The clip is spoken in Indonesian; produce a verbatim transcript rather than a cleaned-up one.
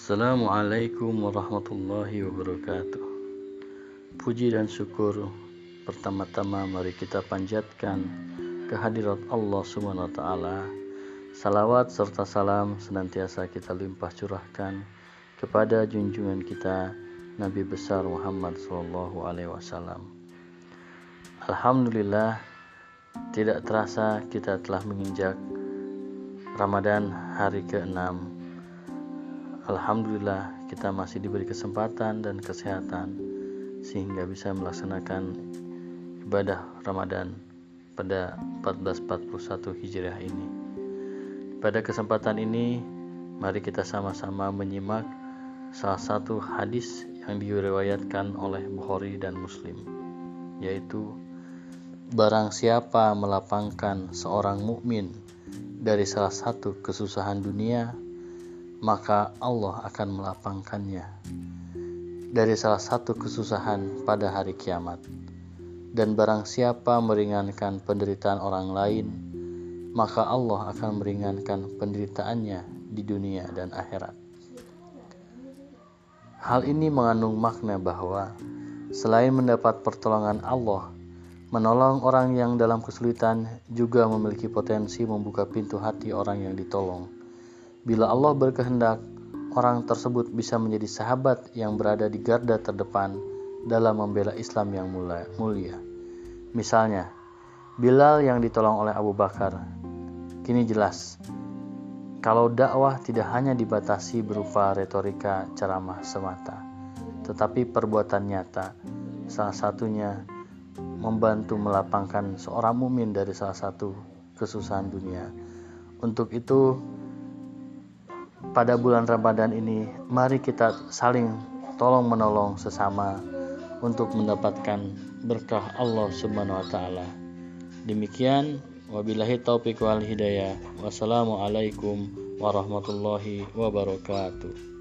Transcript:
Assalamualaikum warahmatullahi wabarakatuh. Puji dan syukur pertama-tama mari kita panjatkan kehadirat Allah subhanahu wa ta'ala. Salawat serta salam senantiasa kita limpah curahkan kepada junjungan kita Nabi besar Muhammad sallallahu alaihi wasallam. Alhamdulillah, tidak terasa kita telah menginjak Ramadan hari keenam. Alhamdulillah kita masih diberi kesempatan dan kesehatan sehingga bisa melaksanakan ibadah Ramadan pada seribu empat ratus empat puluh satu Hijriah ini. Pada kesempatan ini mari kita sama-sama menyimak salah satu hadis yang diriwayatkan oleh Bukhari dan Muslim, yaitu barang siapa melapangkan seorang mukmin dari salah satu kesusahan dunia, maka Allah akan melapangkannya dari salah satu kesusahan pada hari kiamat. Dan barang siapa meringankan penderitaan orang lain, maka Allah akan meringankan penderitaannya di dunia dan akhirat. Hal ini mengandung makna bahwa selain mendapat pertolongan Allah, menolong orang yang dalam kesulitan juga memiliki potensi membuka pintu hati orang yang ditolong. Bila Allah berkehendak, orang tersebut bisa menjadi sahabat yang berada di garda terdepan dalam membela Islam yang mulia. Misalnya, Bilal yang ditolong oleh Abu Bakar. Kini jelas, kalau dakwah tidak hanya dibatasi berupa retorika ceramah semata, tetapi perbuatan nyata, salah satunya membantu melapangkan seorang mukmin dari salah satu kesusahan dunia. Untuk itu, pada bulan Ramadan ini, mari kita saling tolong menolong sesama untuk mendapatkan berkah Allah Subhanahu wa taala. Demikian, wabillahi taufiq wal hidayah. Wassalamualaikum warahmatullahi wabarakatuh.